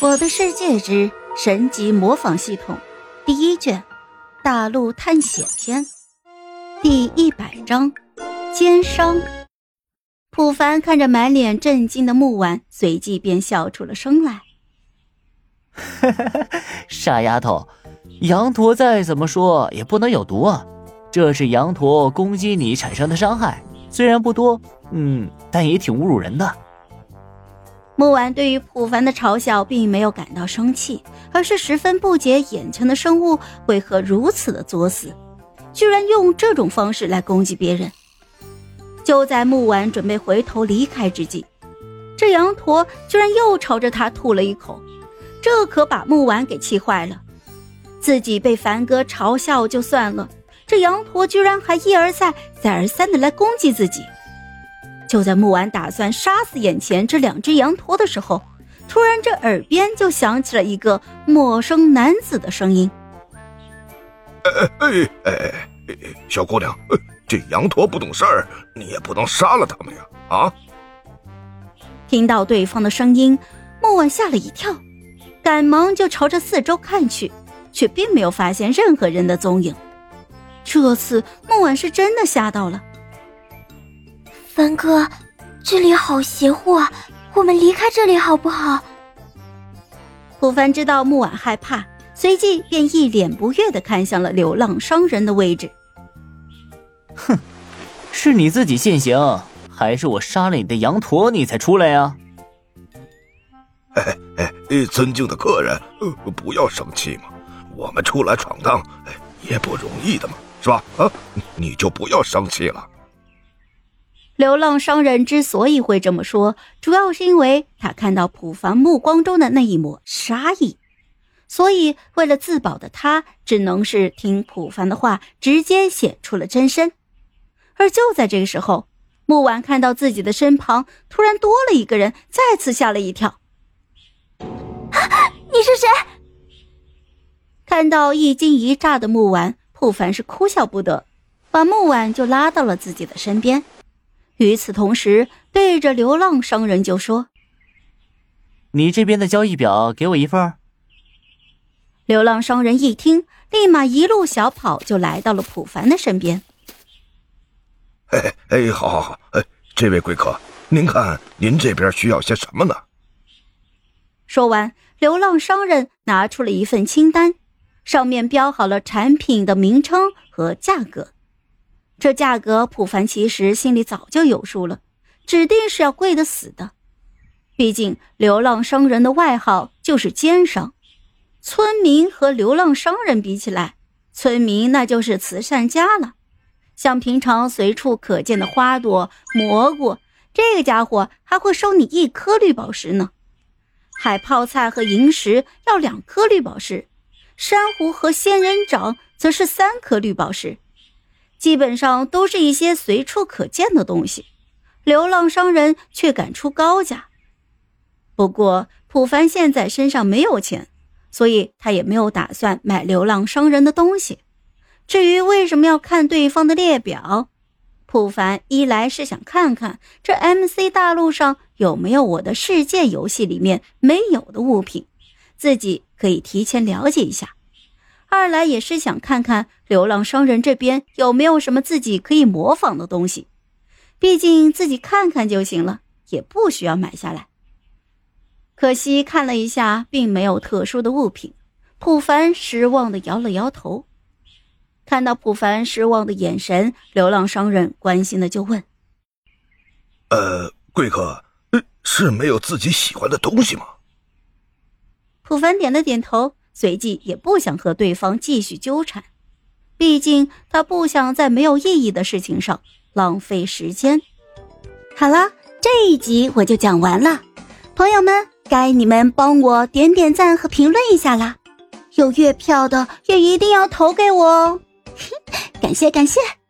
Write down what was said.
我的世界之神级模仿系统第1卷大陆探险篇第100章奸商。普凡看着满脸震惊的木婉，随即便笑出了声来。 傻丫头，羊驼再怎么说也不能有毒啊，这是羊驼攻击你产生的伤害，虽然不多，但也挺侮辱人的。 木婉对于普凡的嘲笑并没有感到生气，而是十分不解眼前的生物为何如此的作死，居然用这种方式来攻击别人。就在木婉准备回头离开之际，这羊驼居然又朝着他吐了一口，这可把木婉给气坏了。自己被凡哥嘲笑就算了，这羊驼居然还一而再再而三的来攻击自己。就在木婉打算杀死眼前这2只羊驼的时候，突然这耳边就响起了一个陌生男子的声音。 小姑娘，这羊驼不懂事儿，你也不能杀了他们呀！啊！ 听到对方的声音，木婉吓了一跳，赶忙就朝着四周看去，却并没有发现任何人的踪影。这次木婉是真的吓到了。 凡哥，这里好邪乎啊，我们离开这里好不好？ 普凡知道木婉害怕，随即便一脸不悦地看向了流浪商人的位置。 哼，是你自己现形，还是我杀了你的羊驼你才出来呀？ 尊敬的客人，不要生气嘛，我们出来闯荡，也不容易的嘛，是吧？你就不要生气了。 流浪商人之所以会这么说，主要是因为他看到普凡目光中的那一抹杀意，所以为了自保的他只能是听普凡的话，直接显出了真身。而就在这个时候，木婉看到自己的身旁突然多了一个人，再次吓了一跳。 你是谁？ 看到一惊一乍的木婉，普凡是哭笑不得，把木婉就拉到了自己的身边。与此同时，对着流浪商人就说： 你这边的交易表给我一份。 流浪商人一听，立马一路小跑就来到了普凡的身边。 好，这位贵客，您看您这边需要些什么呢？ 说完，流浪商人拿出了一份清单，上面标好了产品的名称和价格。这价格普凡其实心里早就有数了，指定是要贵得死的。毕竟流浪商人的外号就是奸商，村民和流浪商人比起来，村民那就是慈善家了。像平常随处可见的花朵、蘑菇，这个家伙还会收你1颗绿宝石呢。海泡菜和萤石要2颗绿宝石，珊瑚和仙人掌则是3颗绿宝石。基本上都是一些随处可见的东西，流浪商人却敢出高价。不过普凡现在身上没有钱，所以他也没有打算买流浪商人的东西。至于为什么要看对方的列表，普凡一来是想看看这 MC 大陆上有没有我的世界游戏里面没有的物品，自己可以提前了解一下。二来也是想看看流浪商人这边有没有什么自己可以模仿的东西，毕竟自己看看就行了，也不需要买下来。可惜看了一下并没有特殊的物品，普凡失望地摇了摇头。看到普凡失望的眼神，流浪商人关心的就问： 贵客，是没有自己喜欢的东西吗？ 普凡点了点头，随即也不想和对方继续纠缠，毕竟他不想在没有意义的事情上浪费时间。好了，这一集我就讲完了，朋友们，该你们帮我点点赞和评论一下啦，有月票的也一定要投给我哦，感谢。